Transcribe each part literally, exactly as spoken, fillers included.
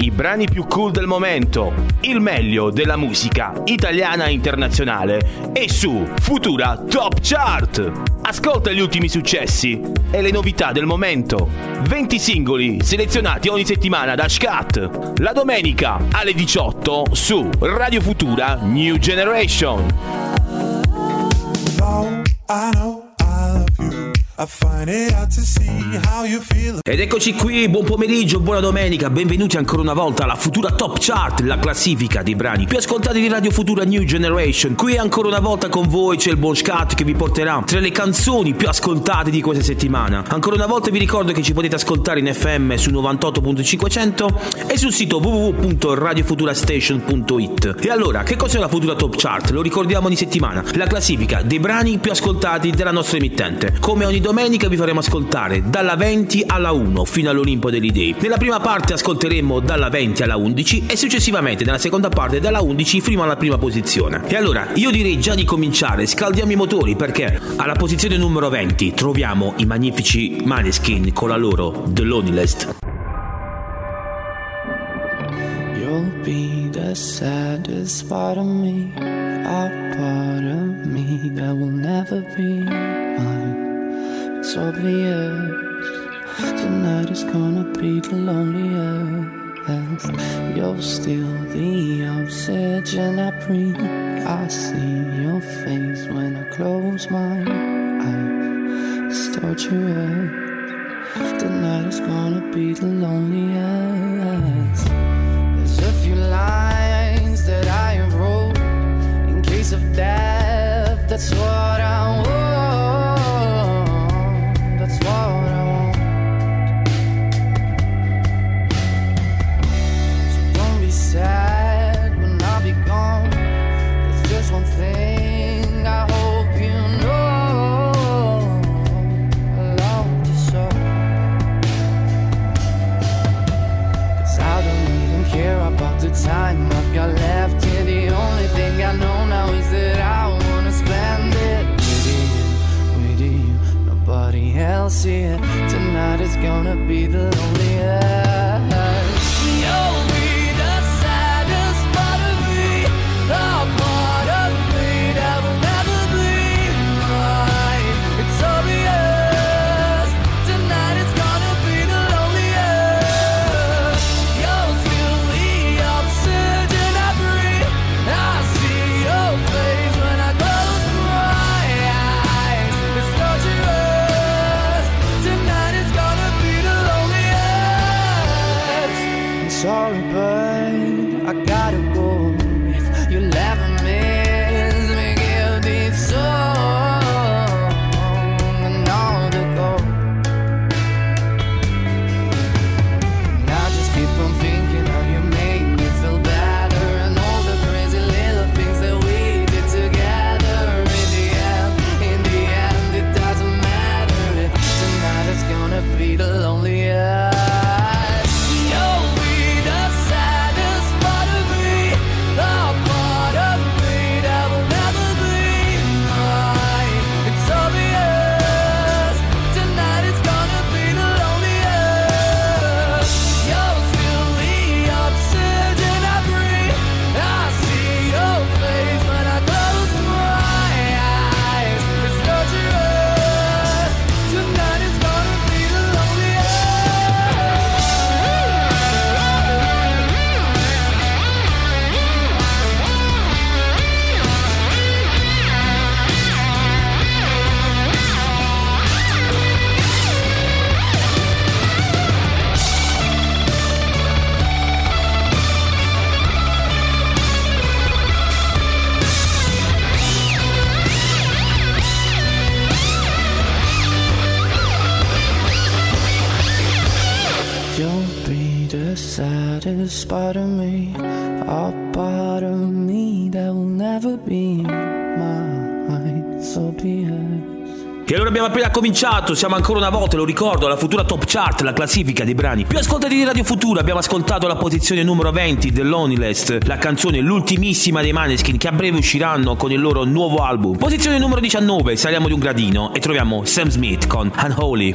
i brani più cool del momento, il meglio della musica italiana e internazionale è su Futura Top Chart. Ascolta gli ultimi successi e le novità del momento. venti singoli selezionati ogni settimana da Scat. La domenica alle diciotto su Radio Futura New Generation. I know I love you. I find it hard to see how you feel. Ed eccoci qui, buon pomeriggio, buona domenica, benvenuti ancora una volta alla Futura Top Chart, la classifica dei brani più ascoltati di Radio Futura New Generation. Qui ancora una volta con voi c'è il buon Scat che vi porterà tra le canzoni più ascoltate di questa settimana. Ancora una volta vi ricordo che ci potete ascoltare in F M su novantotto punto cinquecento e sul sito w w w punto radio futura station punto i t. E allora, che cos'è la Futura Top Chart? Lo ricordiamo ogni settimana, la classifica dei brani più ascoltati della nostra emittente. Come ogni domenica vi faremo ascoltare dalla venti alla uno fino all'Olimpo degli Dei. Nella prima parte ascolteremo dalla venti alla undici e successivamente nella seconda parte dalla undici fino alla prima posizione. E allora io direi già di cominciare, scaldiamo i motori, perché alla posizione numero venti troviamo i magnifici Maneskin con la loro The Loneliest. You'll be the saddest part of me, a part of me that will never be mine. It's obvious tonight is gonna be the loneliest. You're still the oxygen I breathe. I see your face when I close my eyes. It's torturous. Tonight is gonna be the loneliest. There's a few lines that I wrote in case of death. That's what I want. That's what I want. So don't be sad when I'll be gone. There's just one thing I hope you know. I love you so. Cause I don't even care about the time I've got left here. The only thing I know now is that I wanna spend it with you, with you. Nobody else here. Tonight is gonna be the loneliest. You'll be the saddest part of me, a part of me that will never be mine. It's obvious. Tonight is gonna be the loneliest. You'll feel the oxygen I breathe. I see your face when I close my eyes. It's torturous. Tonight is gonna be the loneliest. I'm sorry, but I gotta go. If you'll ever miss me, give this song another go. And I just keep on thinking how you make me feel better, and all the crazy little things that we did together. In the end, in the end, it doesn't matter if tonight is gonna be the loneliest. You'll be the saddest part of me, a part of me that will never be mine. It's obvious. Tonight is gonna be the loneliest. You'll feel the oxygen I breathe. I see your face when I close my eyes. It's torturous. Tonight is gonna be the loneliest. You'll be the saddest part of me, a part of me that will never be mine. So be it. E allora abbiamo appena cominciato, siamo ancora una volta, lo ricordo, alla Futura Top Chart, la classifica dei brani più ascoltati di Radio Futura. Abbiamo ascoltato la posizione numero venti The Loneliest, la canzone l'ultimissima dei Maneskin che a breve usciranno con il loro nuovo album. Posizione numero diciannove, saliamo di un gradino e troviamo Sam Smith con Unholy.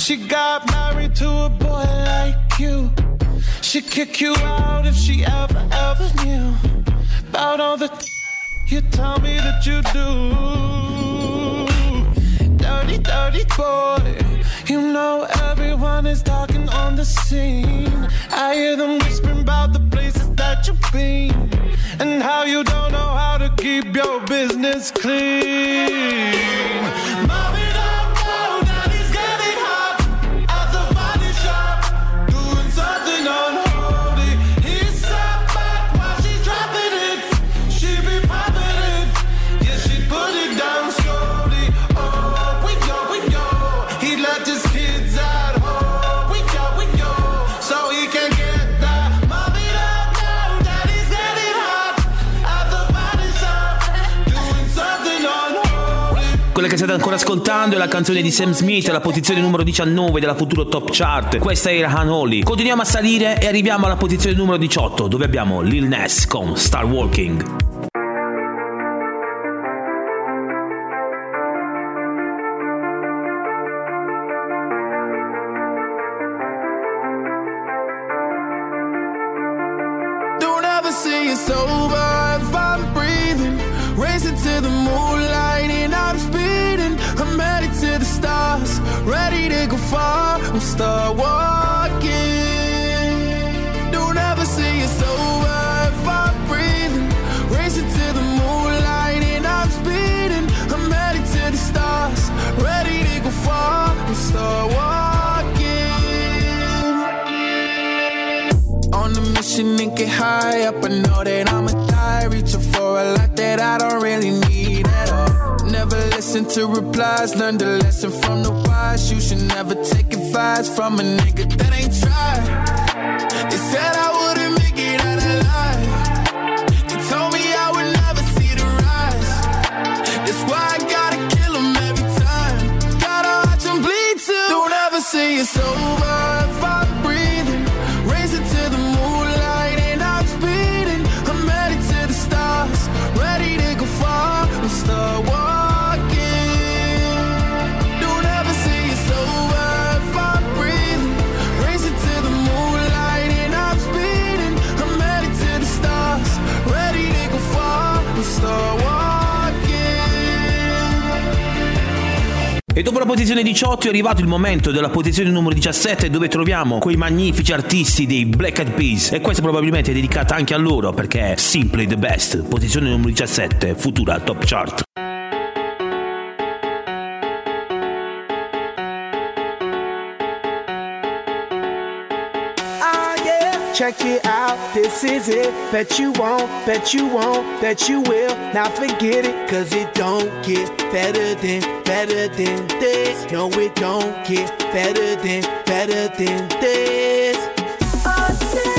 she got married to a boy like you, she'd kick you out if she ever, ever knew about all the you tell me that you do. Dirty, dirty boy, you know everyone is talking on the scene. I hear them whispering about the places that you've been and how you don't know how to keep your business clean. Mommy, don't go, daddy's getting hot at the body shop, doing something unholy. He sat back while she's dropping it, she be popping it, yeah, she put it down slowly. Oh, we go, we go, he left his kids at home. We go, we go, so he can get that. Mommy, don't go, daddy's getting hot at the body shop, doing something unholy. Quella che state ancora ascoltando è la canzone di Sam Smith, alla posizione numero diciannove della Futuro Top Chart. Questa era Unholy. Continuiamo a salire e arriviamo alla posizione numero diciotto, dove abbiamo Lil Nas con Star Walking. Don't ever say it's over if I'm breathing. Racing to the moonlight and I'm speeding. I'm headed to the stars, ready to go far. I'm start walking. Don't ever say it's over if I'm breathing. Racing to the moonlight and I'm speeding. I'm headed to the stars, ready to go far. I'm start walking. On a mission and get high up, I know that I'ma die. Reaching for a lot that I don't really need at all. Never listen to replies, learn the lesson from the wise. You should never take advice from a nigga that ain't tried. They said I wouldn't make it out alive. They told me I would never see the rise. That's why I gotta kill them every time. Gotta watch them bleed too. Don't ever say it's over if I'm breathing. Racing to the moonlight and I'm speeding. I'm headed to the stars, ready to go far. I'm start walking. Don't ever say it's over if I'm breathing. Racing to the moonlight and I'm speeding. I'm headed to the stars, ready to go far. I'm start walking. E dopo la posizione diciotto è arrivato il momento della posizione numero diciassette, dove troviamo quei magnifici artisti dei Black Eyed Peas, e questa probabilmente è dedicata anche a loro perché è Simply the Best, posizione numero diciassette, Futura Top Chart. Check it out, this is it. Bet you won't, bet you won't, bet you will. Now forget it, cause it don't get better than, better than this. No, it don't get better than, better than this. Oh,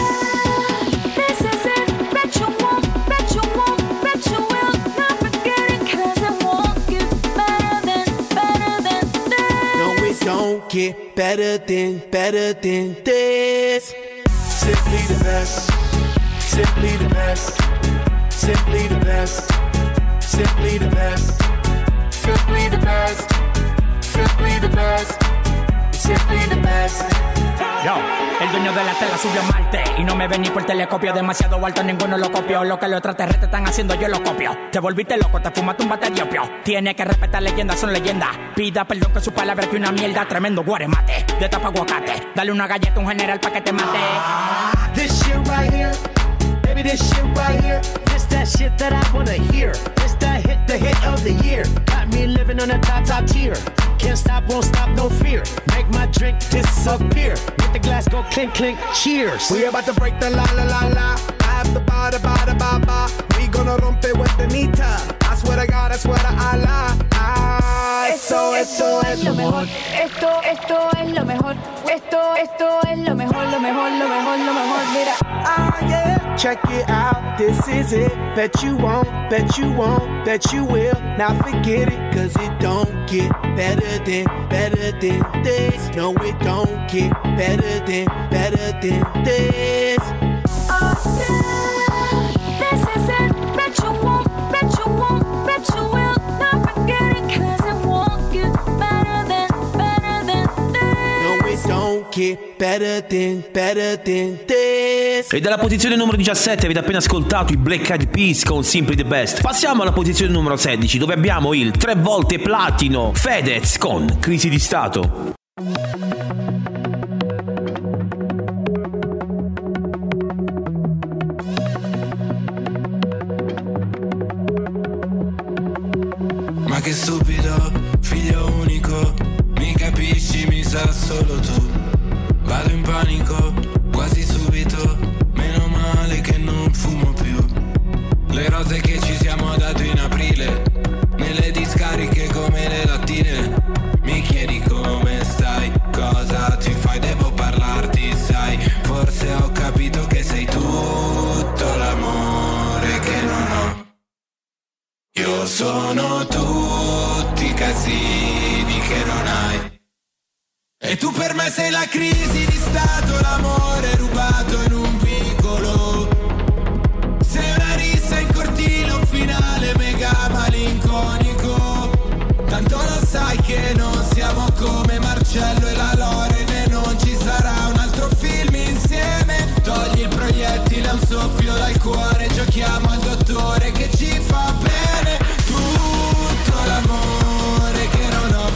yeah, this is it. Bet you won't, bet you won't, bet you will. Now forget it, cause it won't get better than, better than this. No, it don't get better than, better than this. Simply the best, simply the best, simply the best, simply the best, simply the best, simply the best, simply the best. Yo, el dueño de la tela subió a Marte y no me vení por telescopio, demasiado alto, ninguno lo copió. Lo que los extraterrestres están haciendo yo lo copio. Te volviste loco, te fumaste un bate de opio. Tiene que respetar leyendas, son leyendas. Pida perdón que su palabra que una mierda. Tremendo guaremate, de tapa aguacate. Dale una galleta a un general pa' que te mate. This shit right here, baby, this shit right here. This that shit that I wanna hear. This that hit, the hit of the year. Got me living on the top, top tier. Can't stop, won't stop, no fear. Make my drink disappear. Let the glass go clink, clink, cheers. We about to break the la la la la. I have the ba da ba da ba ba. We gonna rompe with the nita. I swear to God, I swear to Allah. Ah, Esto, esto es lo mejor. Esto, esto es lo mejor. Esto, esto es lo mejor, lo mejor, lo mejor, lo mejor. Mira. Ah, yeah. Check it out, this is it. Bet you won't, bet you won't, bet you will. Now forget it, cause it don't get better than, better than this. No, it don't get better than, better than this. Oh, yeah, this is it. Bet you won't, bet you won't, bet you will. Now forget it, cause it won't get better than, better than this. better than, better than this. E dalla posizione numero diciassette avete appena ascoltato i Black Eyed Peas con Simply the Best. Passiamo alla posizione numero sedici, dove abbiamo il tre volte platino Fedez con Crisi di Stato. Ma che stupido, figlio unico, mi capisci, mi sa solo tu. Vado in panico, quasi subito, meno male che non fumo più. Le rose che ci siamo dati in aprile, nelle discariche come le lattine. Mi chiedi come stai, cosa ti fai, devo parlarti, sai. Forse ho capito che sei tutto l'amore che non ho. Io sono tutti i casini che non hai. E tu per me sei la crisi di stato, l'amore rubato in un vicolo. Sei una rissa in cortile, un finale mega malinconico. Tanto lo sai che non siamo come Marcello e la Loren, e non ci sarà un altro film insieme. Togli il proiettile a un soffio dal cuore, giochiamo al dottore che ci fa bene. Tutto l'amore che non ho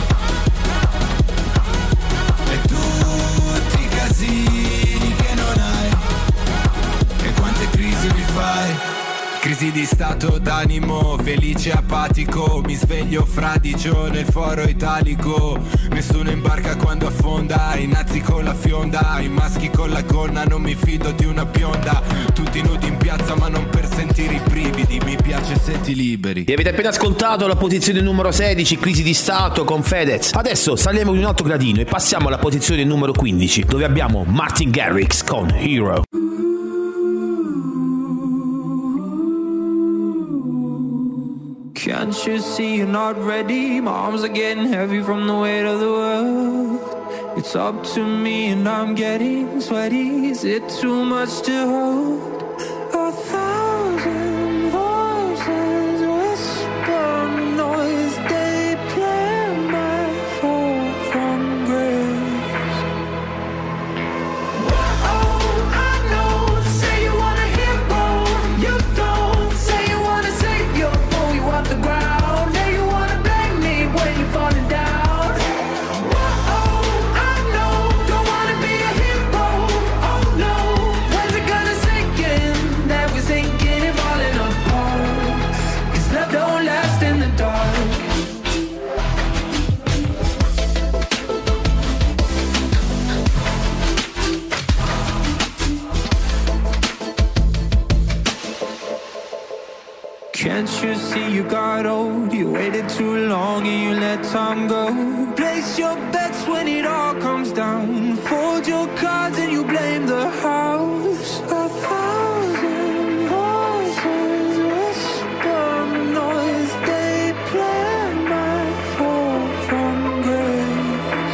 e tutti i casini che non hai. E quante crisi mi fai? Crisi di stato d'animo, felice apatico. Mi sveglio fradicio nel foro italico. Nessuno imbarca quando affonda. I nazi con la fionda, i maschi con la gonna. Non mi fido di una bionda. Tutti nudi in piazza ma non per sentire i brividi. Mi piace senti liberi. E avete appena ascoltato la posizione numero sedici, Crisi di Stato con Fedez. Adesso saliamo di un altro gradino e passiamo alla posizione numero quindici, dove abbiamo Martin Garrix con Hero. Can't you see you're not ready? My arms are getting heavy from the weight of the world. It's up to me and I'm getting sweaty. Is it too much to hold? A thousand voices whisper noise. They play my fall from grace. Oh, I know. Say you want a hero. You don't. Say you want to save your boy. You want the ground. Now you want to blame me when you're falling down. Oh, I know. Don't want to be a hero. Oh no. When's it gonna sink in? That we're sinking and falling apart. 'Cause love don't last in the dark. Can't you see you got old? You waited too long and you let time go. Place your bets when it all comes down. Fold your cards and you blame the house. A thousand voices whisper noise. They play my fall from grace.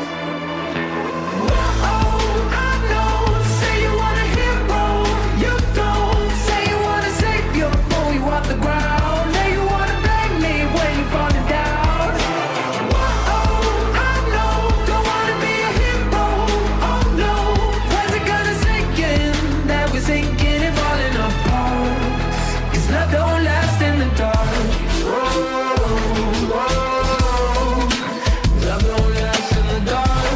Oh, I know. Say you want a hero. You don't. Say you want to save your boy. You want the ground. Now you want to blame me when you're falling down. Oh, I know. Don't want to be a hero. Oh no. When's it gonna sink in? That we're sinking and falling apart. 'Cause love don't last in the dark. Oh, oh, love don't last in the dark.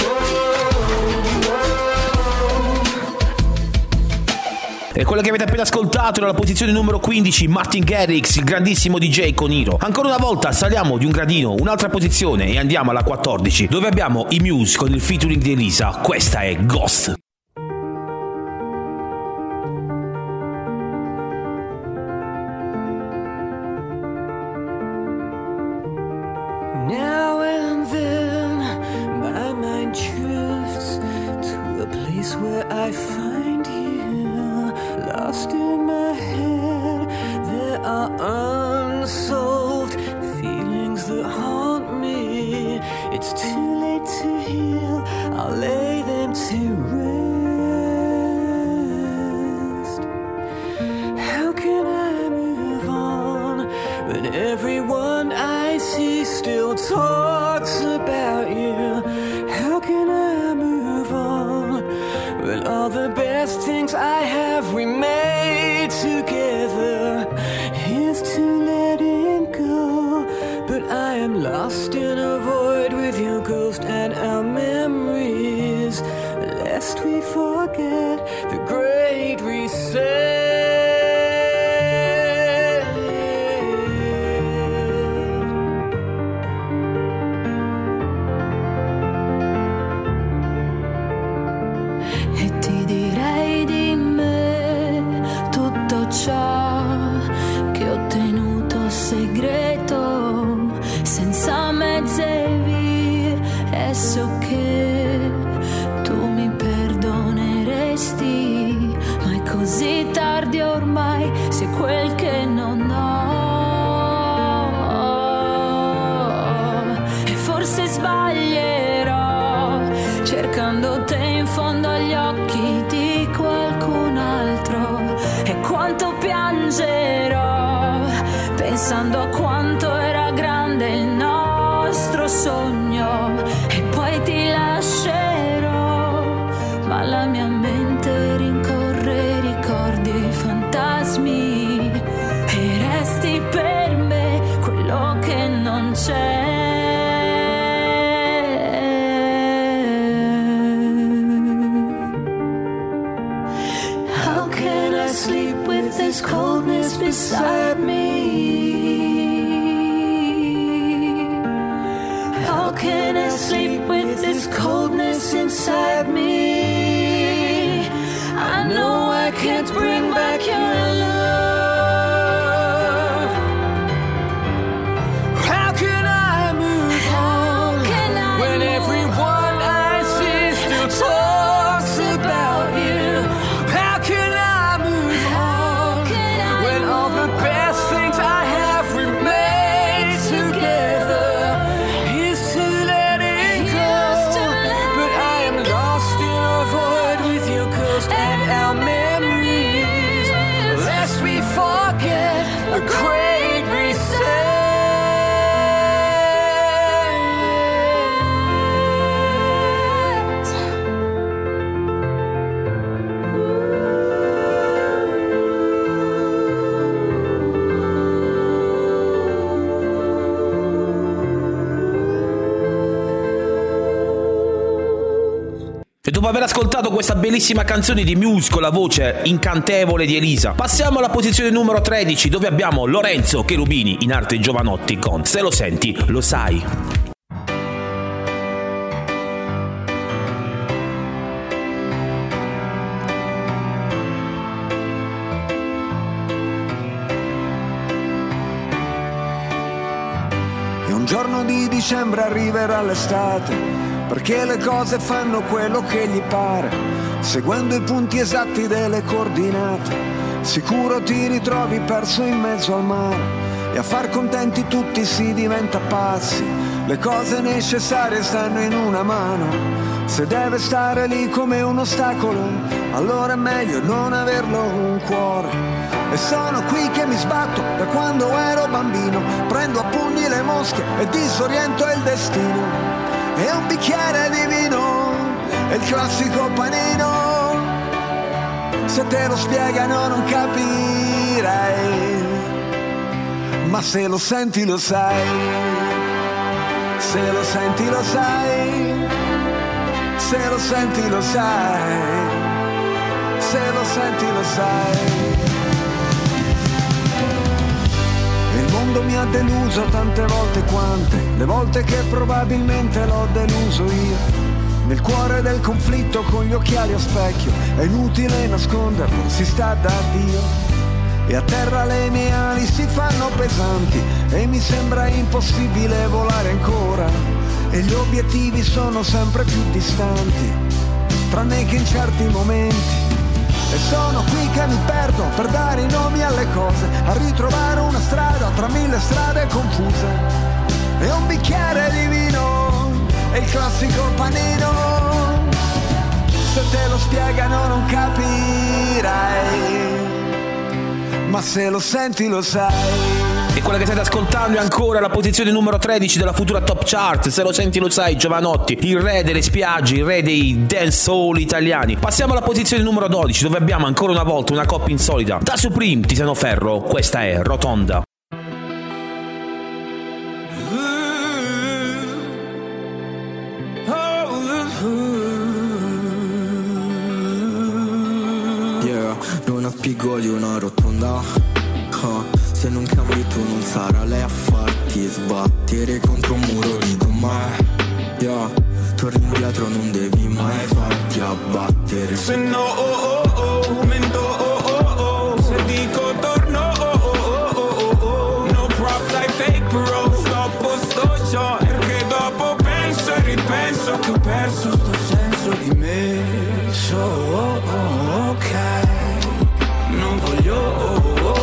E quella che avete appena ascoltato era la posizione numero quindici, Martin Garrix, il grandissimo D J con Hero. Ancora una volta saliamo di un gradino, un'altra posizione e andiamo alla quattordici, dove abbiamo i Muse con il featuring di Elisa. Questa è Ghost. Now and then, my mind drifts to a place where I find you, lost in my head. There are unsolved feelings that haunt me. It's too late to heal, I'll lay them to rest. How can I move on when everyone I see still talks about you? How can I move on sei quel che non ho. E forse sbaglierò cercando te in fondo agli occhi di qualcun altro. E quanto piangerò pensando a quanto era grande il nostro sogno. E poi ti lascerò, ma la mia mente rincorre ricordi e fantasmi, e resti per me quello che non c'è. How can I sleep with this coldness beside me? How can I sleep with this coldness inside me? I know I can't bring back your love. How can I move on when everyone I see still talks about you? How can I move on when all the best things I have remain together? Is to let it go, but I am lost in a void with your ghost and our memories, lest we forget the great reset. E dopo aver ascoltato questa bellissima canzone di Muse con la voce incantevole di Elisa, passiamo alla posizione numero tredici, dove abbiamo Lorenzo Cherubini in arte Giovanotti con Se lo senti, lo sai. E un giorno di dicembre arriverà l'estate, perché le cose fanno quello che gli pare, seguendo i punti esatti delle coordinate. Sicuro ti ritrovi perso in mezzo al mare, e a far contenti tutti si diventa pazzi. Le cose necessarie stanno in una mano, se deve stare lì come un ostacolo, allora è meglio non averlo un cuore. E sono qui che mi sbatto da quando ero bambino, prendo a pugni le mosche e disoriento il destino. E un bicchiere di vino, è il classico panino, se te lo spiegano non capirai, ma se lo senti lo sai, se lo senti lo sai, se lo senti lo sai, se lo senti lo sai. Il mondo mi ha deluso tante volte quante, le volte che probabilmente l'ho deluso io. Nel cuore del conflitto con gli occhiali a specchio, è inutile nasconderlo, si sta da Dio. E a terra le mie ali si fanno pesanti, e mi sembra impossibile volare ancora. E gli obiettivi sono sempre più distanti, tranne che in certi momenti. E sono qui che mi perdo per dare i nomi alle cose, a ritrovare una strada tra mille strade confuse. E un bicchiere di vino, è il classico panino, se te lo spiegano non capirai, ma se lo senti lo sai. E quella che state ascoltando è ancora la posizione numero tredici della futura Top Chart. Se lo senti lo sai, Giovanotti, il re delle spiagge, il re dei dancehall italiani. Passiamo alla posizione numero dodici, dove abbiamo ancora una volta una coppia insolita. Da Supreme, Tiziano Ferro, questa è Rotonda. Yeah, non spigoli una rotonda. Huh. Se non cambi tu non sarà lei a farti sbattere contro un muro di gomma. Yeah, torni indietro non devi mai farti abbattere. Se no oh oh oh, mento oh oh oh. Se dico torno oh oh oh oh oh. No props ai fake bro, stoppo sto ciò. Perché dopo penso e ripenso che ho perso sto senso di me. So oh oh ok, non voglio oh oh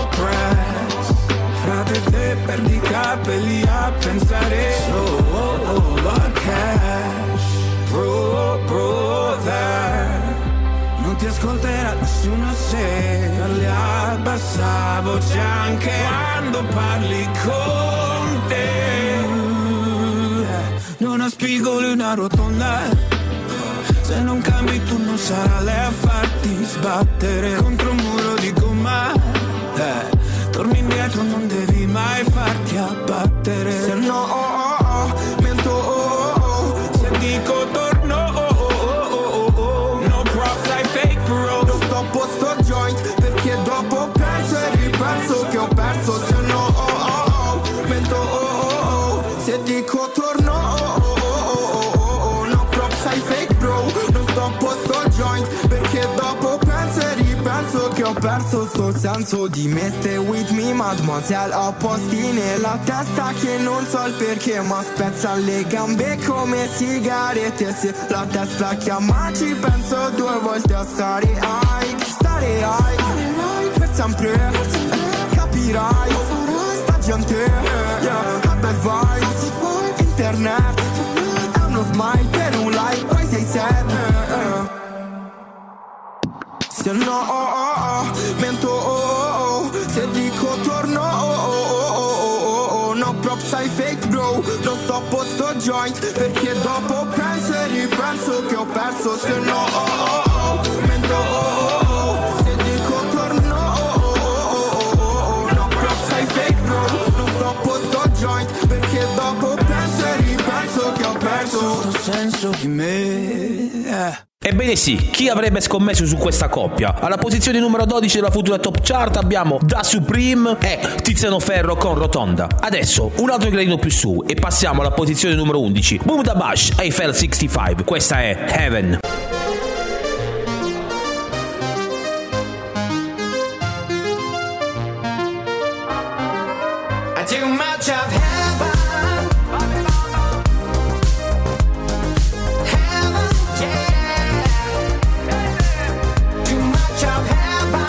perdi i capelli a pensare solo a cash, bro, brother. Non ti ascolterà nessuno se parli a bassa voce anche quando parli con te. Non ha spigoli una rotonda, se non cambi tu non sarà lei a farti sbattere contro un muro di gomma. Eh, torni indietro, non devi mai farti abbattere. Se no, oh, oh, oh, mento, oh, oh, oh. Se dico torno, oh, oh, oh, oh, oh. No props, I fake bro. Non sto a posto joint, perché dopo penso e ripenso che ho perso. Se no, oh, oh, oh, mento, oh, oh, oh. Se dico torno, oh, oh, oh, oh, oh. No props, I fake bro. Non sto a posto joint, perché dopo penso e ripenso che ho perso sto senso di me. Stay with me, mademoiselle. Ho posti nella testa che non so il perché, ma spezza le gambe come sigarette. Se la testa chiama ci penso due volte a stare high. Stare high per sempre, capirai. Sta gente, yeah, che bel vibes. Internet è uno smile per un like, poi sei sad. Se no, oh, oh, oh, mento, oh, oh, oh. Se dico torno, oh, oh, oh, oh, oh, oh. No props, I fake bro. Non sto a posto joint, perché dopo penso e ripenso che ho perso. Se no, oh, oh, oh, mento, oh, oh, oh. Se dico torno, oh, oh, oh, oh, oh. No props, I fake bro. Non sto a posto joint, perché dopo penso e ripenso che ho perso sto senso di me. eh. Ebbene sì, chi avrebbe scommesso su questa coppia? Alla posizione numero dodici della Futura Top Chart abbiamo Da Supreme e Tiziano Ferro con Rotonda. Adesso un altro gradino più su e passiamo alla posizione numero undici. Boom Da Bash, Eiffel sessantacinque, questa è Heaven. Too much of heaven, heaven, yeah. Too much of heaven,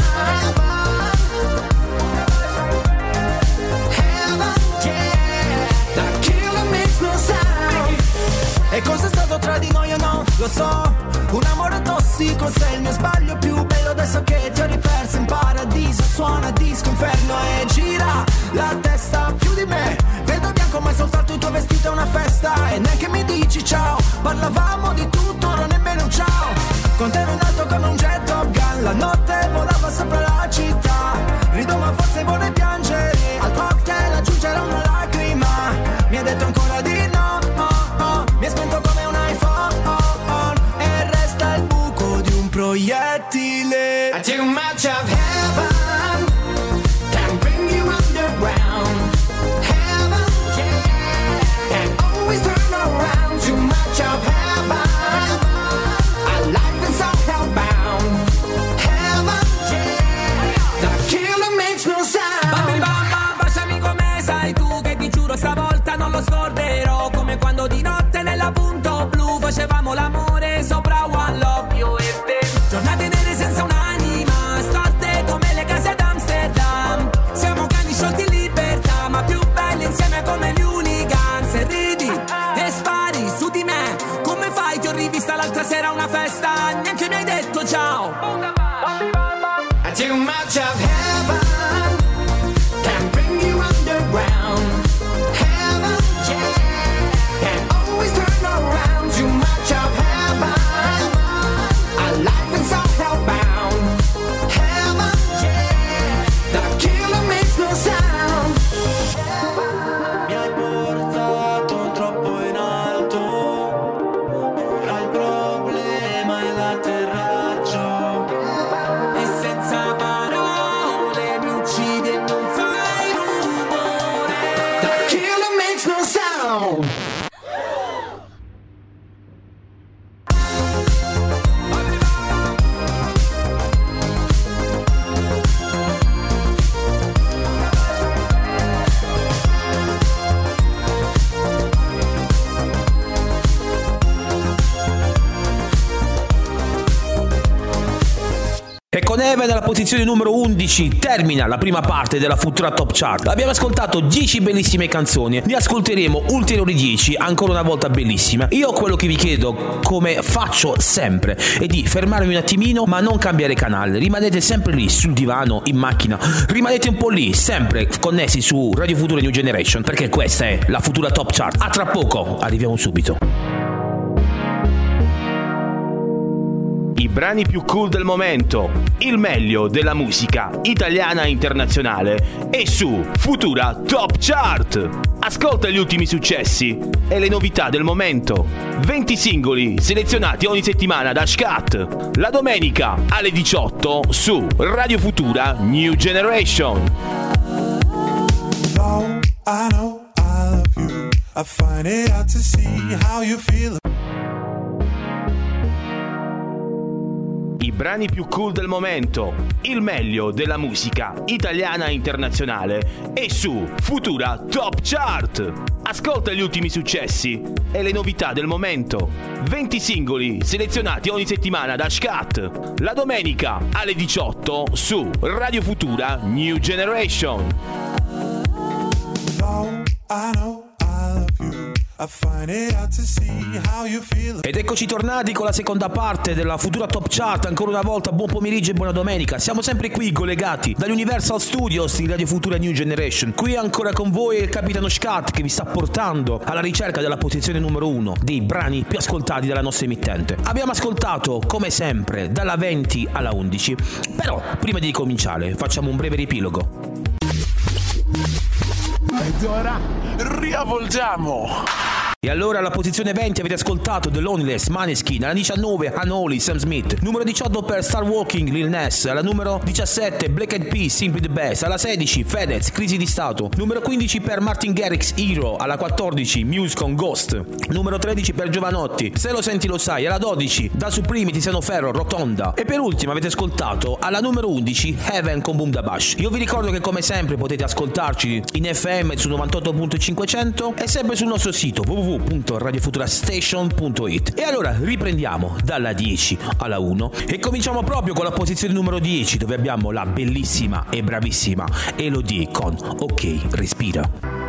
heaven, yeah. The killer makes no sound. E cosa è stato tra di noi o no? Lo so, un amore tossico, sei il mio sbaglio più bello. Adesso che ti ho riperso in paradiso, suona disco inferno e gira la testa più di me. Vedo bianco ma è soltanto il tuo vestito è una festa. E neanche mi dici ciao, parlavamo di tutto, ora nemmeno un ciao. Con te ero in alto come un jet Top Gun, la notte volava sopra la città. Rido ma forse vorrei piangere, al cocktail aggiungerò una lacrima. Mi hai detto ancora di no, oh, oh. Mi hai spento come un iPhone, oh, oh. E resta il buco di un proiettile. Too much of heaven can bring you underground. Heaven, yeah, can always turn around. Too much of heaven, our life is all hellbound. Heaven, yeah, the killer makes no sound. Bambini mamma, baciami come sai tu, che ti giuro stavolta non lo scorderò. Come quando di notte nella punto blu facevamo l'amore sopra One Love, io e te. Giornate nere senza un'anima, storte come le case d'Amsterdam. Siamo cani sciolti in libertà, ma più belli insieme come gli hooligans. E ridi e spari su di me, come fai? Ti ho rivista l'altra sera a una festa, neanche mi hai detto ciao. Too much of heaven can bring you underground. Heaven, yeah, can always turn around. Too much of heaven, our life is all hellbound. Heaven, yeah, the killer makes no sound. Mi hai portato troppo in alto, ora il problema è l'atterraggio. E senza parole Heaven alla posizione numero undici termina la prima parte della Futura Top Chart. Abbiamo ascoltato dieci bellissime canzoni, ne ascolteremo ulteriori dieci, ancora una volta bellissime. Io quello che vi chiedo, come faccio sempre, è di fermarmi un attimino ma non cambiare canale. Rimanete sempre lì sul divano, in macchina, rimanete un po' lì, sempre connessi su Radio Futura New Generation, perché questa è la Futura Top Chart. A tra poco, arriviamo subito. I brani più cool del momento, il meglio della musica italiana e internazionale è su Futura Top Chart. Ascolta gli ultimi successi e le novità del momento. venti singoli selezionati ogni settimana da Scat. La domenica alle diciotto su Radio Futura New Generation. Though I know I love you, I find it hard to see how you feel. I brani più cool del momento, il meglio della musica italiana e internazionale è su Futura Top Chart. Ascolta gli ultimi successi e le novità del momento. venti singoli selezionati ogni settimana da Scat. La domenica alle diciotto su Radio Futura New Generation. Though I know I love you, I find it hard to see how you feel. Ed eccoci tornati con la seconda parte della Futura Top Chart. Ancora una volta buon pomeriggio e buona domenica. Siamo sempre qui collegati dagli Universal Studios di Radio Futura New Generation. Qui ancora con voi il capitano Scat che vi sta portando alla ricerca della posizione numero uno dei brani più ascoltati dalla nostra emittente. Abbiamo ascoltato come sempre dalla venti alla undici. Però prima di cominciare facciamo un breve riepilogo. Ed ora riavvolgiamo. E allora alla posizione venti avete ascoltato The Loneliness, Maneskin. Alla diciannove Unholy, Sam Smith. Numero diciotto per Star Walking, Lil Nas. Alla numero diciassette Black Eyed Peas, Simply the Best. Alla sedici Fedez, Crisi di Stato. Numero quindici per Martin Garrix, Hero. Alla quattordici Muse con Ghost. Numero tredici per Giovanotti, Se lo senti lo sai. Alla dodici Da Supreme, Tiziano Ferro, Rotonda. E per ultimo avete ascoltato alla numero undici Heaven con Boom Da Bash. Io vi ricordo che come sempre potete ascoltarci in F M su novantotto virgola cinquecento e sempre sul nostro sito w w w punto radio futura station punto it. E allora riprendiamo dalla dieci alla uno e cominciamo proprio con la posizione numero dieci, dove abbiamo la bellissima e bravissima Elodie con Ok, respira.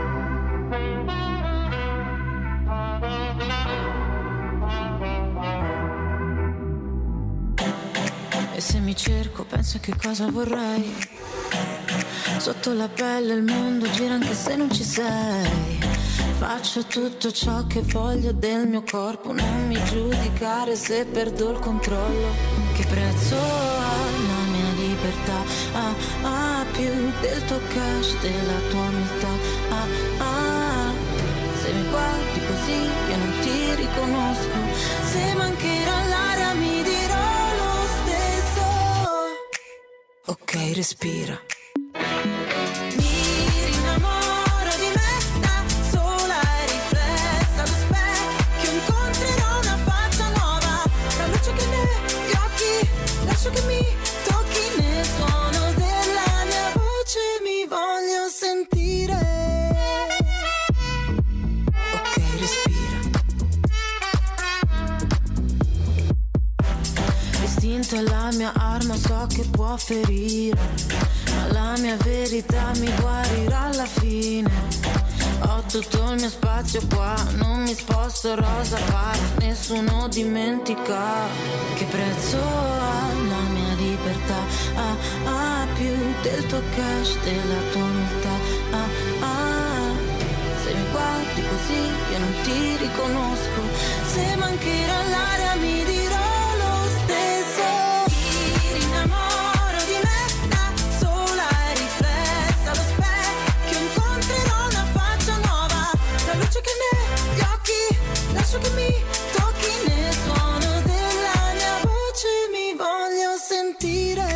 E se mi cerco penso che cosa vorrei. Sotto la pelle il mondo gira anche se non ci sei. Faccio tutto ciò che voglio del mio corpo. Non mi giudicare se perdo il controllo. Che prezzo ha la mia libertà? Ah, ah, più del tuo cash, della tua umiltà. Ah, ah, se mi guardi così io non ti riconosco. Se mancherà l'aria mi dirò lo stesso. Ok, respira. Che mi tocchi nel suono della mia voce, mi voglio sentire. Ok, respira. L'istinto è la mia arma, so che può ferire, ma la mia verità mi guarirà alla fine. Ho tutto il mio spazio qua, non mi sposto rosa pari, nessuno dimentica. Che prezzo ha la mia libertà? Ah, ah, più del tuo cash, della tua umiltà. Ah, ah, se mi guardi così io non ti riconosco. Se mancherà l'aria mi dirò lo stesso. Mi rinnamoro di me da sola e riflessa allo specchio. Incontrerò una faccia nuova, la luce che negli occhi, lascio che mi tocchi nel suono della mia voce, mi voglio sentire.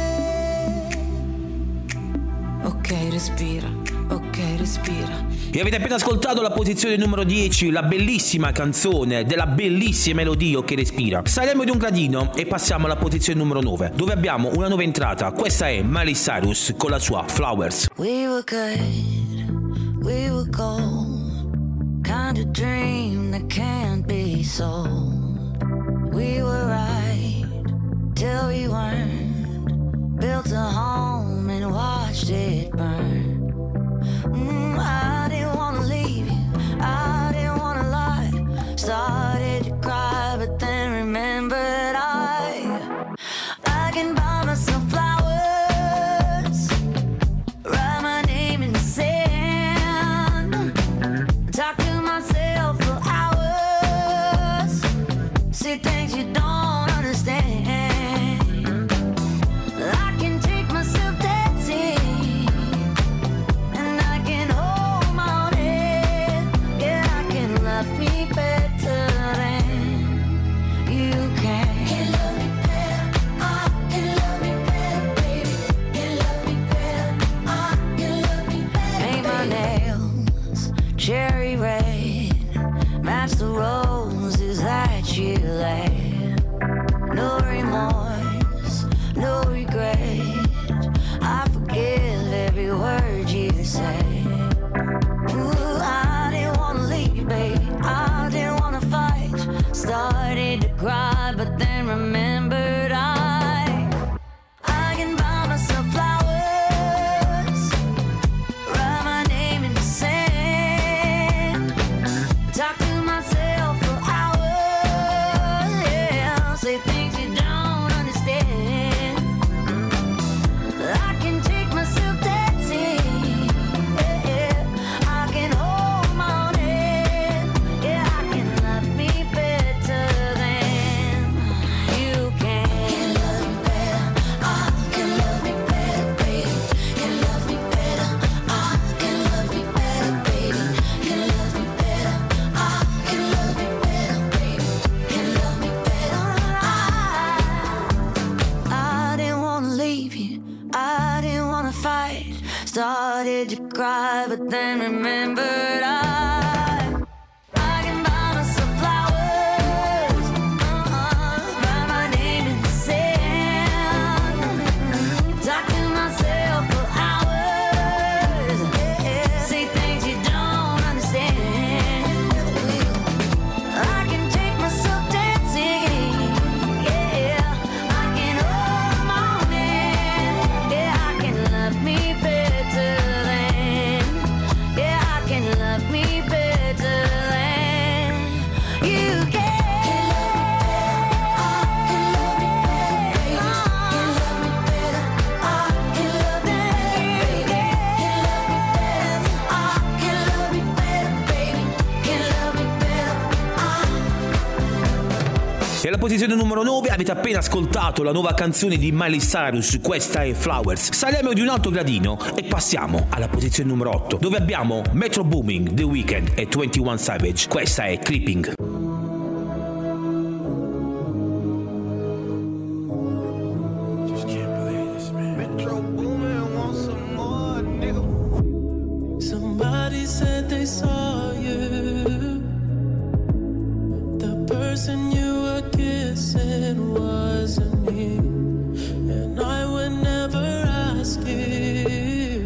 Ok, respira, ok, respira. E avete appena ascoltato la posizione numero dieci, la bellissima canzone della bellissima Elodie che respira. Saliamo di un gradino e passiamo alla posizione numero nove, dove abbiamo una nuova entrata. Questa è Miley Cyrus con la sua Flowers. We were good, we were gold, kind of dream that can't be sold. We were right till we weren't, built built a home and watched it burn. Mm, I didn't wanna leave you, I didn't wanna lie. Started to cry, but then remembered I I can buy myself flowers, write my name in the sand, talk to myself for hours, see things you don't understand. I can take myself dancing, and I can hold my own head. Yeah, I can love me better than you can. Can love me better, I can love me better, baby. Can love me better, I can love me better. Paint my nails cherry red, match the roses that you laid. No remorse, no regret. I forgive every word you say. Ooh, I didn't wanna leave, baby. I didn't wanna fight. Started to cry, but then remembered I I can buy myself flowers, write my name in the sand, talk to myself for hours, yeah, say things you don't understand. I can take myself dancing, yeah, yeah. I can hold my own head, yeah, I can love me better than you can. Can love me better, I can love me better, baby. Can love me better, I can love me better, baby. Can love me better, I can love me better, baby. Can love me better, I I didn't wanna leave you, I didn't wanna fight. Started to cry, but then remembered I I can buy myself flowers, uh-uh, write my name in the sand, talk to myself for hours, yeah, say things you don't understand. I can take myself dancing, yeah, I can hold my own hand, yeah, I can love me better than, yeah, I can love me better than you can. E alla posizione numero nove avete appena ascoltato la nuova canzone di Miley Cyrus, questa è Flowers. Saliamo di un altro gradino e passiamo alla posizione numero otto, dove abbiamo Metro Booming, The Weeknd e ventuno Savage, questa è Creeping. Somebody said they saw you. The person you were kissing wasn't me, and I would never ask you.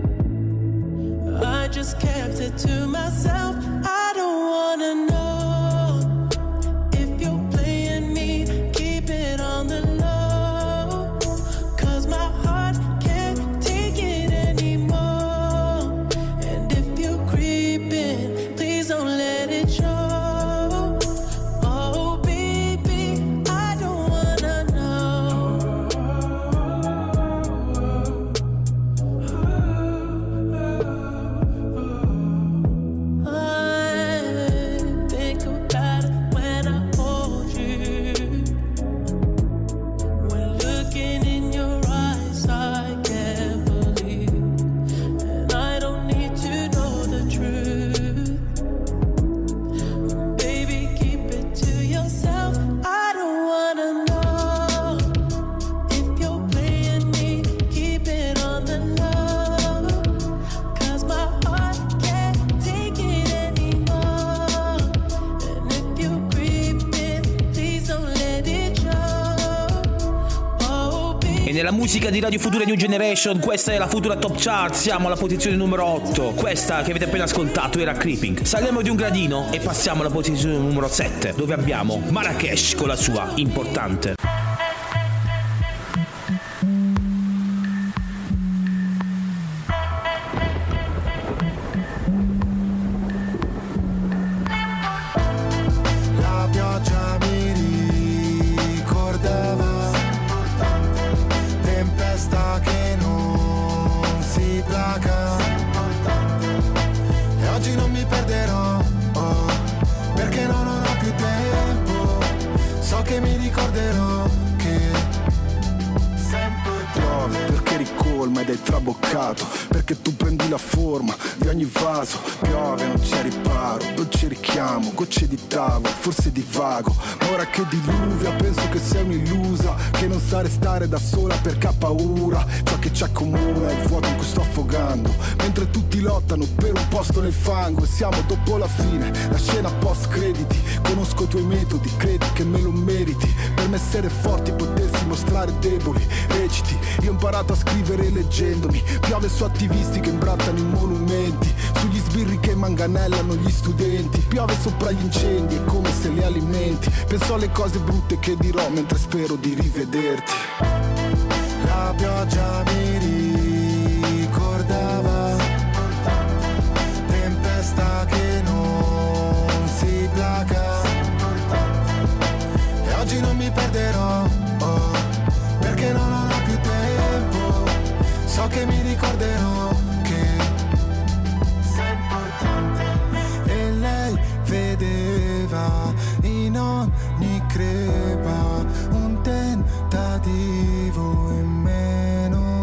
I just kept it to myself. I don't wanna know if you're playing me. Keep it on the low, 'cause my heart can't take it anymore. And if you're creeping, please don't let it show. Oh baby, I don't wanna know. I think about it when I hold you. When looking in your eyes, I can't believe, and I don't need to know the truth. Baby, keep it to yourself. I don't wanna know if you're playing me. Keep it on the low, 'cause my heart can't take it anymore. And if you're creeping, please don't let it show. Oh baby. E nella musica di Radio Futura New Generation, questa è la Futura Top Chart, siamo alla posizione numero otto. Questa che avete appena ascoltato era Creeping. Saliamo di un gradino e passiamo alla posizione numero sette, dove abbiamo Marrakesh con la sua Importante. ricorderò che sempre piove perché ricolma ed hai traboccato, perché tu prendi la forma di ogni vaso. Piove, non c'è riparo, dolce richiamo, gocce di tavolo, forse divago. Ma ora che diluvia penso che sei un'illusa, che non sa restare da sola perché ha paura. Ciò che ci accomuna è il vuoto in cui sto affogando, mentre tutti lottano per un posto nel fango. E siamo dopo la fine, la scena post crediti. Conosco i tuoi metodi, credi che me lo meriti. Per me essere forti, potersi mostrare deboli. Reciti, io ho imparato a scrivere leggendomi. Piove su attivisti che imbrattano i monumenti, sugli sbirri che manganellano gli studenti. Piove sopra gli incendi, è come se li alimenti. Penso alle cose brutte che dirò mentre spero di rivederti. La pioggia mi ricordava, tempesta che non si placa. E oggi non mi perderò, oh, perché non ho più tempo. So che mi ricorderò che sei importante. E lei vedeva in ogni crepa un tentativo in meno,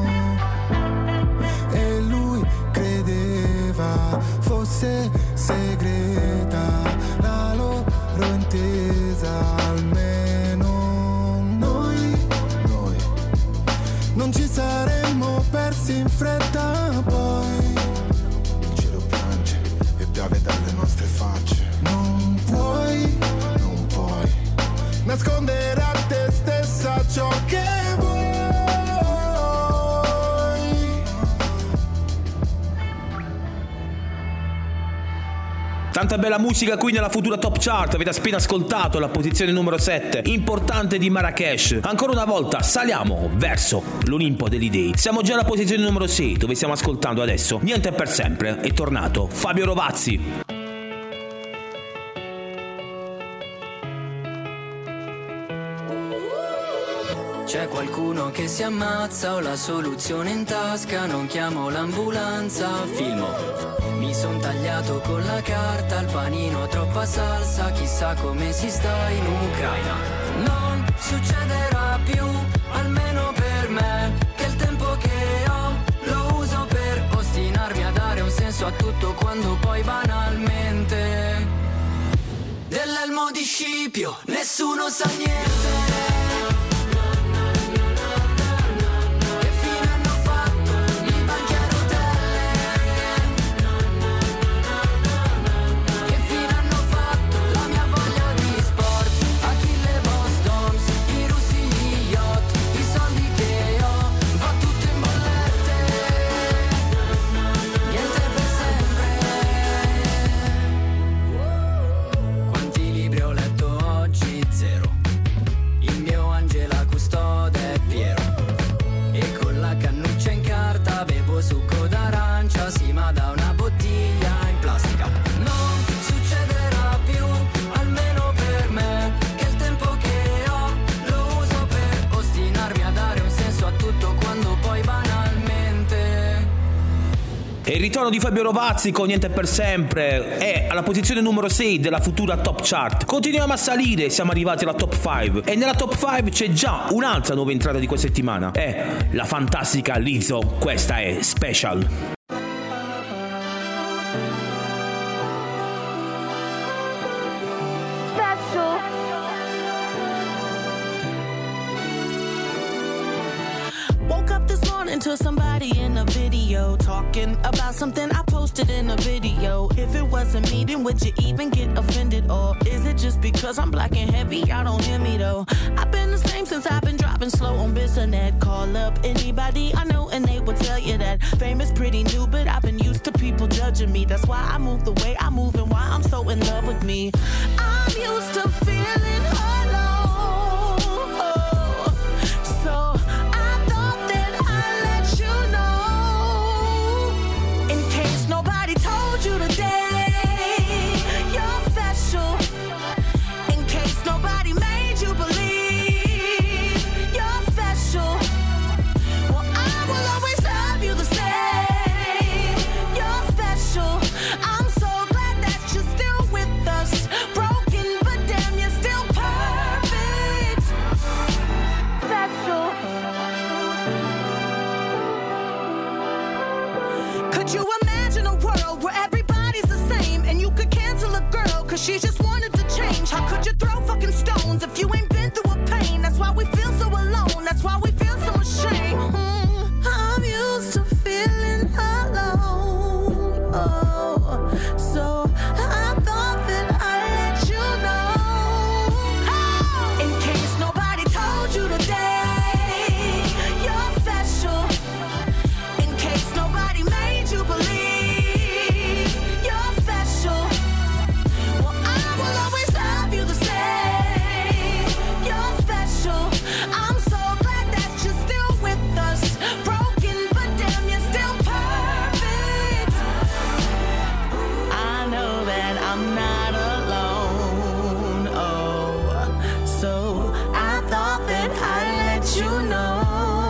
e lui credeva fosse segreta la loro intesa. Almeno noi, noi non ci saremmo persi in fretta. Poi il cielo piange e piove dalle nostre facce. Non puoi, non puoi nascondere a te stessa ciò che vuoi. Tanta bella musica qui nella Futura Top Chart. Avete appena ascoltato la posizione numero sette, Importante di Marrakesh. Ancora una volta saliamo verso l'Olimpo degli dei. Siamo già alla posizione numero sei, dove stiamo ascoltando adesso Niente per sempre. È tornato Fabio Rovazzi. C'è qualcuno che si ammazza, ho la soluzione in tasca, non chiamo l'ambulanza, filmo. Mi son tagliato con la carta, il panino troppa salsa, chissà come si sta in Ucraina. Non succederà più, almeno per me, che il tempo che ho lo uso per ostinarmi a dare un senso a tutto quando poi banalmente dell'elmo di Scipio nessuno sa niente. Il ritorno di Fabio Rovazzi con Niente per sempre è alla posizione numero sei della Futura Top Chart. Continuiamo a salire, siamo arrivati alla top cinque e nella top cinque c'è già un'altra nuova entrata di questa settimana. È la fantastica Lizzo, questa è Special. To somebody in a video talking about something I posted in a video. If it wasn't me, then would you even get offended? Or is it just because I'm black and heavy? Y'all don't hear me though. I've been the same since I've been driving slow on Bissonnet. Call up anybody I know and they will tell you that fame is pretty new, but I've been used to people judging me. That's why I move the way I move and why I'm so in love with me. I'm used to feeling alone, so I'm so glad that you're still with us. Broken, but damn, you're still perfect. So I thought that I'd let you know. In case nobody told you today, you're special. In case nobody made you believe you're special. Well, I will always love you the same. You're special. I'm so glad that you're still with us. Broken, but damn, you're still perfect. I know that I'm not alone. Oh, so I thought that I'd let you know.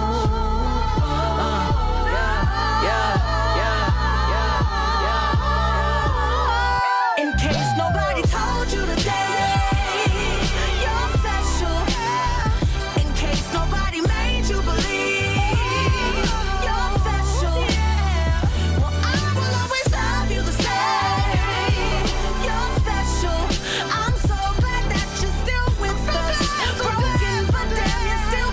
Uh, yeah, yeah, yeah, yeah, yeah. In case nobody told you today, you're special. In case nobody made you believe you're special. Well, I will always love you the same. You're special. I'm so glad that you're still with us. Broken, but damn, you're still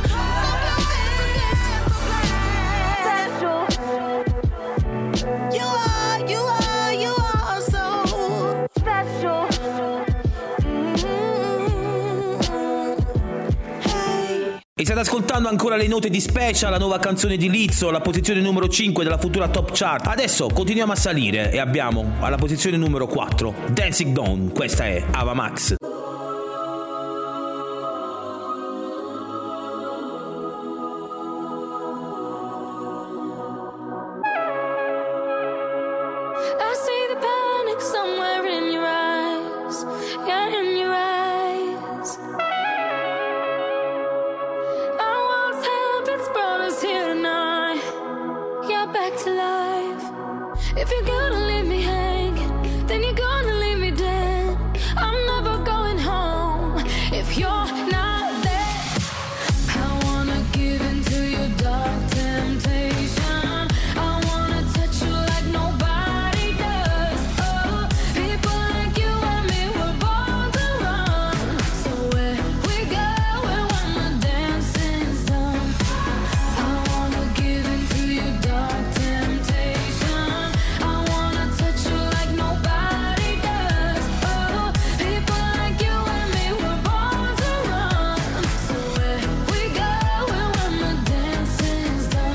special. You are, you are, you are so special. E state ascoltando ancora le note di Special, la nuova canzone di Lizzo, la posizione numero cinque della futura Top Chart. Adesso continuiamo a salire e abbiamo alla posizione numero quattro Dancing Dawn, questa è Ava Max. I see the panic somewhere in your eyes. Yeah, in your eyes. Our world's habits brought us here tonight. Yeah, back to life. If you're gonna leave me hanging, then you're gonna leave me dead. I'm never going home if you're not there. I wanna give into your dark temptation. I wanna touch you like nobody does. Oh, people like you and me were born to run. So where we go and when the dancing's done, I wanna give into your dark temptation. I wanna touch you like nobody does. Oh, people like you and me were born to run. So where we go and when the dancing's done.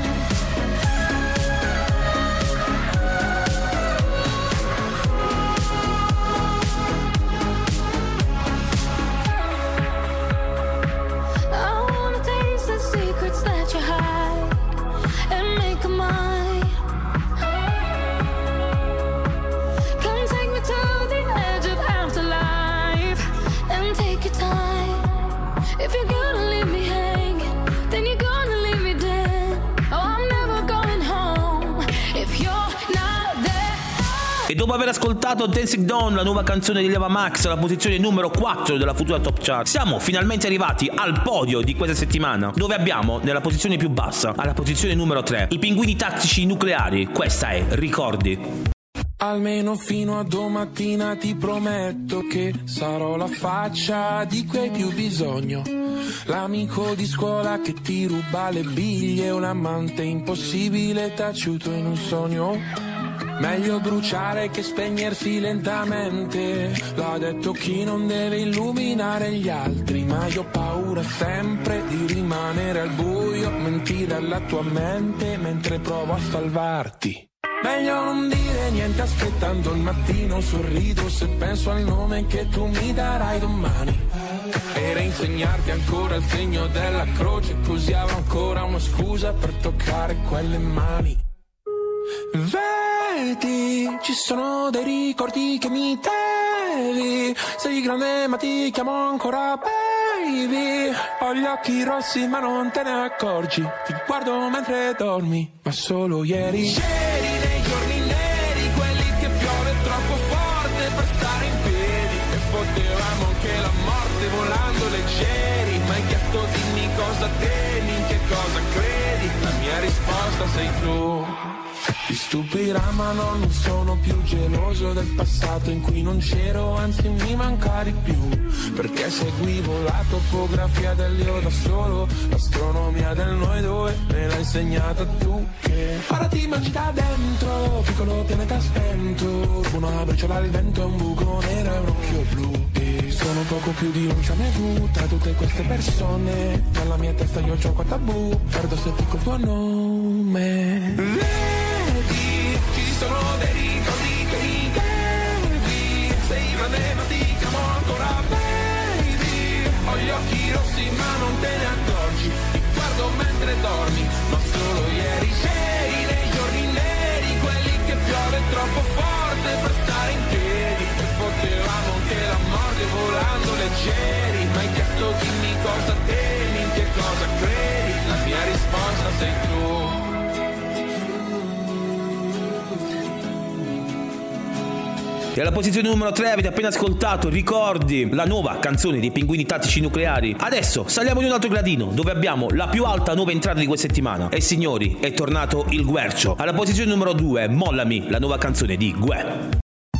I wanna taste the secrets that you hide and make 'em mine. Come take me to the edge of afterlife and take your time. If you're gonna leave me hanging, then you're gonna leave me dead. Oh, I'm never going home if you're not there. E dopo aver ascoltato Dancing Dawn, la nuova canzone di Ava Max, la posizione numero quattro della futura Top Chart, siamo finalmente arrivati al podio di questa settimana, dove abbiamo nella posizione più bassa, alla posizione numero tre, i Pinguini Tattici Nucleari. Questa è Ricordi. Almeno fino a domattina ti prometto che sarò la faccia di cui hai più bisogno. L'amico di scuola che ti ruba le biglie, un amante impossibile taciuto in un sogno. Meglio bruciare che spegnersi lentamente, l'ha detto chi non deve illuminare gli altri. Ma io ho paura sempre di rimanere al buio, mentire alla tua mente mentre provo a salvarti. Meglio non dire niente aspettando il mattino, sorrido se penso al nome che tu mi darai domani. E reinsegnarti ancora il segno della croce, così avrò ancora una scusa per toccare quelle mani. Vedi, ci sono dei ricordi che mi devi. Sei grande ma ti chiamo ancora baby. Ho gli occhi rossi ma non te ne accorgi. Ti guardo mentre dormi, ma solo ieri. C'eri nei giorni neri, quelli che piove troppo forte per stare in piedi. E potevamo anche la morte volando leggeri. Ma hai chiesto dimmi cosa temi, in che cosa credi. La mia risposta sei tu. Ti stupirà ma no, non sono più geloso del passato in cui non c'ero, anzi mi manca di più, perché seguivo la topografia dell'io da solo, l'astronomia del noi due me l'hai insegnata tu, che ora ti mangi da dentro, piccolo pianeta spento, una briciola al vento e un buco nero e un occhio blu, e sono poco più di un jamais vu tra tutte queste persone, nella mia testa io gioco a tabù, perdo se dico il tuo nome. Vedi, ci sono dei ricordi che mi devi, sei grande ma ti chiamo ancora baby, ho gli occhi rossi ma non te ne accorgi, ti guardo mentre dormi, ma solo ieri c'eri nei giorni neri, quelli che piove troppo forte per stare in piedi, e potevamo anche la morte volando leggeri, ma hai chiesto dimmi cosa temi, in che cosa credi, la mia risposta sei tu. E alla posizione numero tre avete appena ascoltato Ricordi, la nuova canzone dei Pinguini Tattici Nucleari. Adesso saliamo di un altro gradino, dove abbiamo la più alta nuova entrata di questa settimana. E signori, è tornato il Guercio. Alla posizione numero due, Mollami, la nuova canzone di Gue.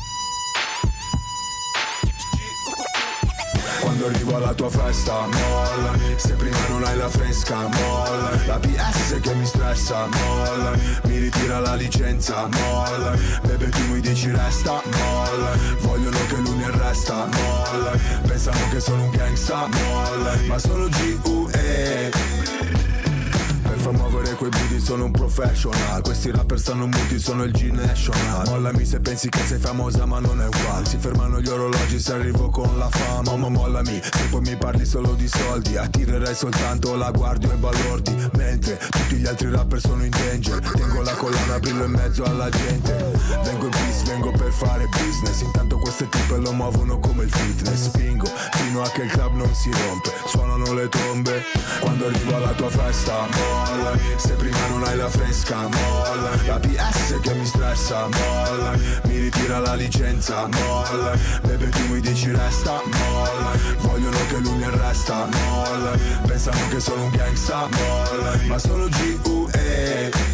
Quando arrivo alla tua festa, mollami. Se prima non hai la fresca, mollami. La P S che mi stressa, mollami. Mi ritira la licenza, mollami. Bebe tu mi dici resta, mollami. Vogliono che lui mi arresta, mollami. Pensano che sono un gangsta, mollami. Ma sono G U E. Per muovere quei booty sono un professional. Questi rapper stanno muti, sono il G-National. Mollami se pensi che sei famosa ma non è uguale. Si fermano gli orologi se arrivo con la fama. Ma mollami se poi mi parli solo di soldi. Attirerei soltanto la guardia e balordi, mentre tutti gli altri rapper sono in danger. Tengo la collana, brillo in mezzo alla gente. Vengo in peace, vengo per fare business. Intanto queste tipe lo muovono come il fitness. Spingo fino a che il club non si rompe. Suonano le trombe quando arrivo alla tua festa, mollami. Se prima non hai la fresca, mollami. La P S che mi stressa, mollami. Mi ritira la licenza, mollami. Bebe tu mi dici resta, mollami. Vogliono che lui mi arresta, mollami. Pensano che sono un gangsta, mollami. Ma sono G U E.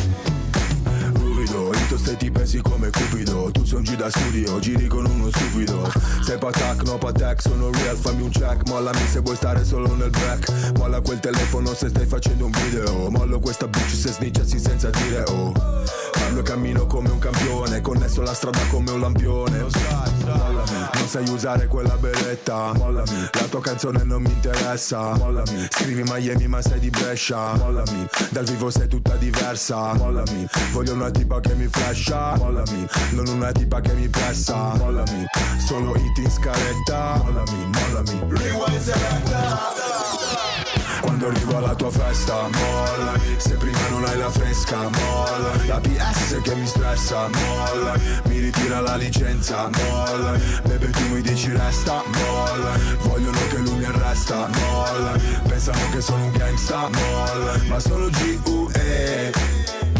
Io stai ti pensi come Cupido. Tu sei un G da studio, giri con uno stupido. Sei patak, no patak, sono real, fammi un check. Mollami se vuoi stare solo nel back. Molla quel telefono se stai facendo un video. Mollo questa bitch se snitchassi senza dire oh. Parlo e cammino come un campione, connesso la strada come un lampione. Mollami, non sai usare quella beretta. Mollami, la tua canzone non mi interessa. Mollami, scrivi Miami ma sei di Brescia. Mollami, dal vivo sei tutta diversa. Mollami, voglio una tipa che mi flasha. Mollami, non una tipa che mi pressa. Mollami, solo hit in scaletta. Mollami, mollami, rewind selecta. Quando arrivo alla tua festa, mollami. Se prima non hai la fresca, mollami. La P S che mi stressa, mollami. Mi ritira la licenza, mollami. Bebe tu mi dici resta, mollami. Vogliono che lui mi arresta, mollami. Pensano che sono un gangsta, mollami. Ma sono G U E.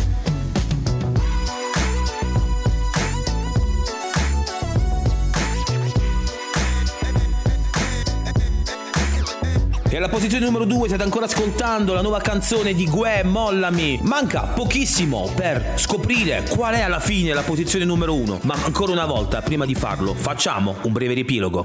E alla posizione numero due state ancora ascoltando la nuova canzone di Gue, Mollami. Manca pochissimo per scoprire qual è alla fine la posizione numero uno, ma ancora una volta, prima di farlo, facciamo un breve riepilogo.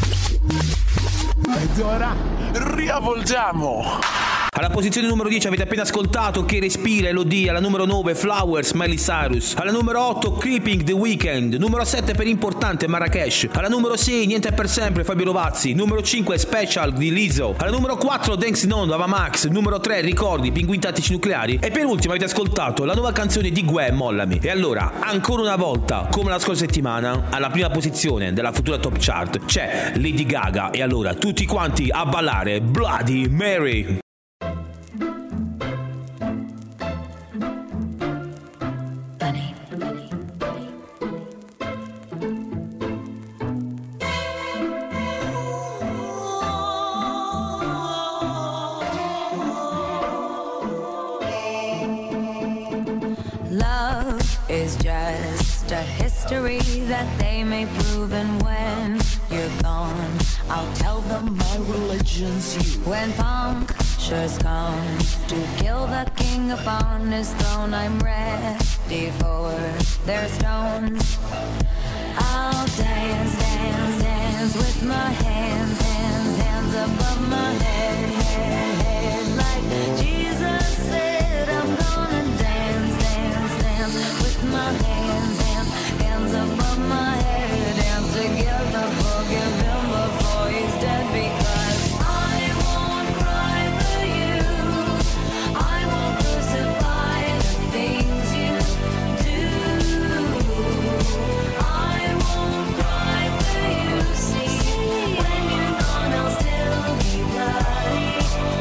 Ed ora riavvolgiamo. Alla posizione numero dieci avete appena ascoltato Che respira Elodie. Alla numero nove Flowers, Miley Cyrus. Alla numero otto Creeping, The Weeknd. Numero sette per importante Marrakesh. Alla numero sei Niente per sempre, Fabio Rovazzi. Numero cinque Special di Lizzo. Alla numero quattro Dance Non, Ava Max. Numero tre Ricordi, Pinguini Tattici Nucleari. E per ultimo avete ascoltato la nuova canzone di Gue, Mollami. E allora, ancora una volta, come la scorsa settimana, alla prima posizione della futura Top Chart c'è Lady Gaga. E allora tutti quanti a ballare Bloody Mary. Is just a history that they may prove, and when you're gone, I'll tell them my religion's you. When punctuality vultures come to kill the king upon his throne. I'm ready for their stones. I'll dance, dance, dance with my hands, hands, hands above my head, head, head. Like Jesus said, I'm gonna dance, dance, dance with my hands, hands, hands above my head. Dance together, forgive him before he's dead, because I won't cry for you. I won't crucify the things you do. I won't cry for you. See, when you're gone, I'll still be bloody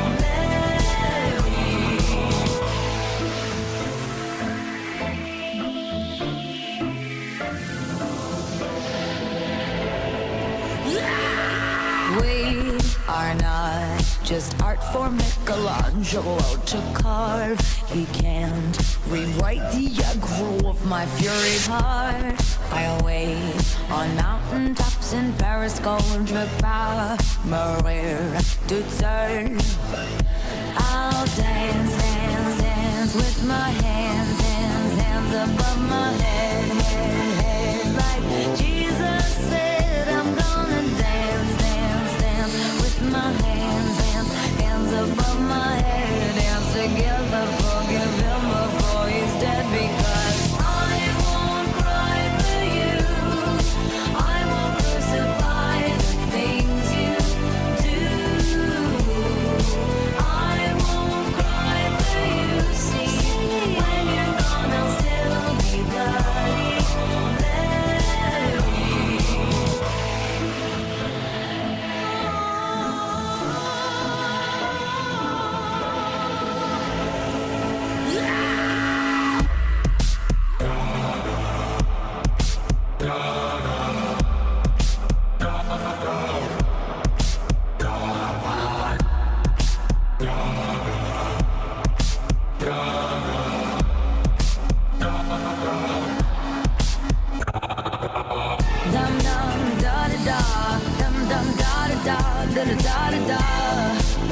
Mary. We are not just art for Michelangelo to carve. He can't rewrite the aggro of my fury heart. I'll wait on mountaintops in Paris, going to power, Maria to turn. I'll dance, dance, dance with my hands, hands, hands above my head, head, head. Like Jesus said, I'm gonna dance, dance, dance with my hands, hands, hands above my head. Dance together, forgive him before he's dead, because I won't cry for you. I won't crucify the things you do. I won't cry for you. See, when you're gone, I'll still be bloody Mary. Dum dum da da da, dum dum da da da, da da da da da.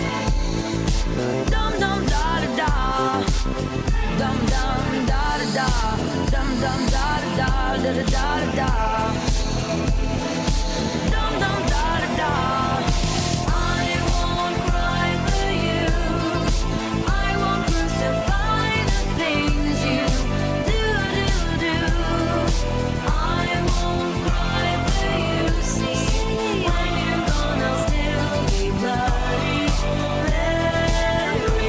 Dum dum da da da, dum dum da da da, dum dum da da da, da da da da. Dum dum da da da. I won't cry for you. I won't crucify the things you do, do, do. I won't cry for you. See, when you're gone, I'll still be bloody Mary.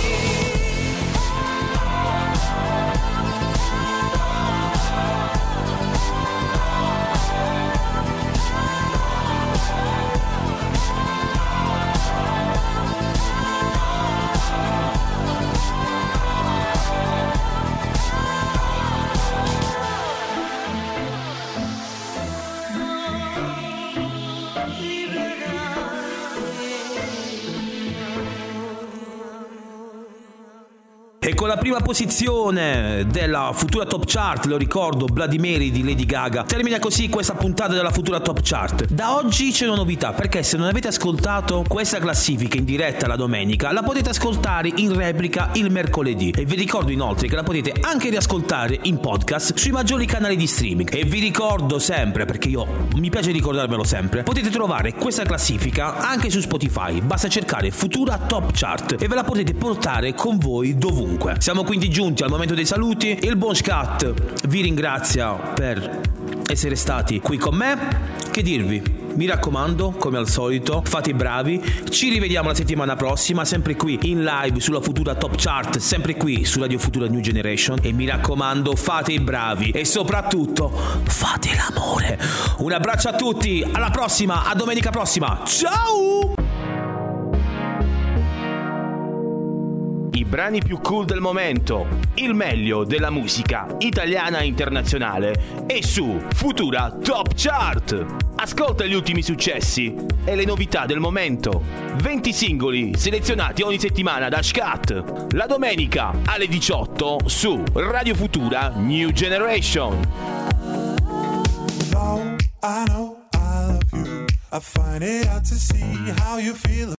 E con la prima posizione della Futura Top Chart, lo ricordo, Bloody Mary di Lady Gaga, termina così questa puntata della Futura Top Chart. Da oggi c'è una novità, perché se non avete ascoltato questa classifica in diretta la domenica, la potete ascoltare in replica il mercoledì. E vi ricordo inoltre che la potete anche riascoltare in podcast sui maggiori canali di streaming. E vi ricordo sempre, perché io mi piace ricordarmelo sempre, potete trovare questa classifica anche su Spotify. Basta cercare Futura Top Chart e ve la potete portare con voi dovunque. Siamo quindi giunti al momento dei saluti. Il buon Scat vi ringrazia per essere stati qui con me. Che dirvi? Mi raccomando, come al solito, fate i bravi. Ci rivediamo la settimana prossima, sempre qui in live sulla Futura Top Chart, sempre qui su Radio Futura New Generation. E mi raccomando, fate i bravi e soprattutto fate l'amore. Un abbraccio a tutti, alla prossima, a domenica prossima. Ciao! I brani più cool del momento, il meglio della musica italiana e internazionale è su Futura Top Chart. Ascolta gli ultimi successi e le novità del momento. venti singoli selezionati ogni settimana da Scat. La domenica alle diciotto su Radio Futura New Generation. Though I know I love you, I find it hard to see how you feel.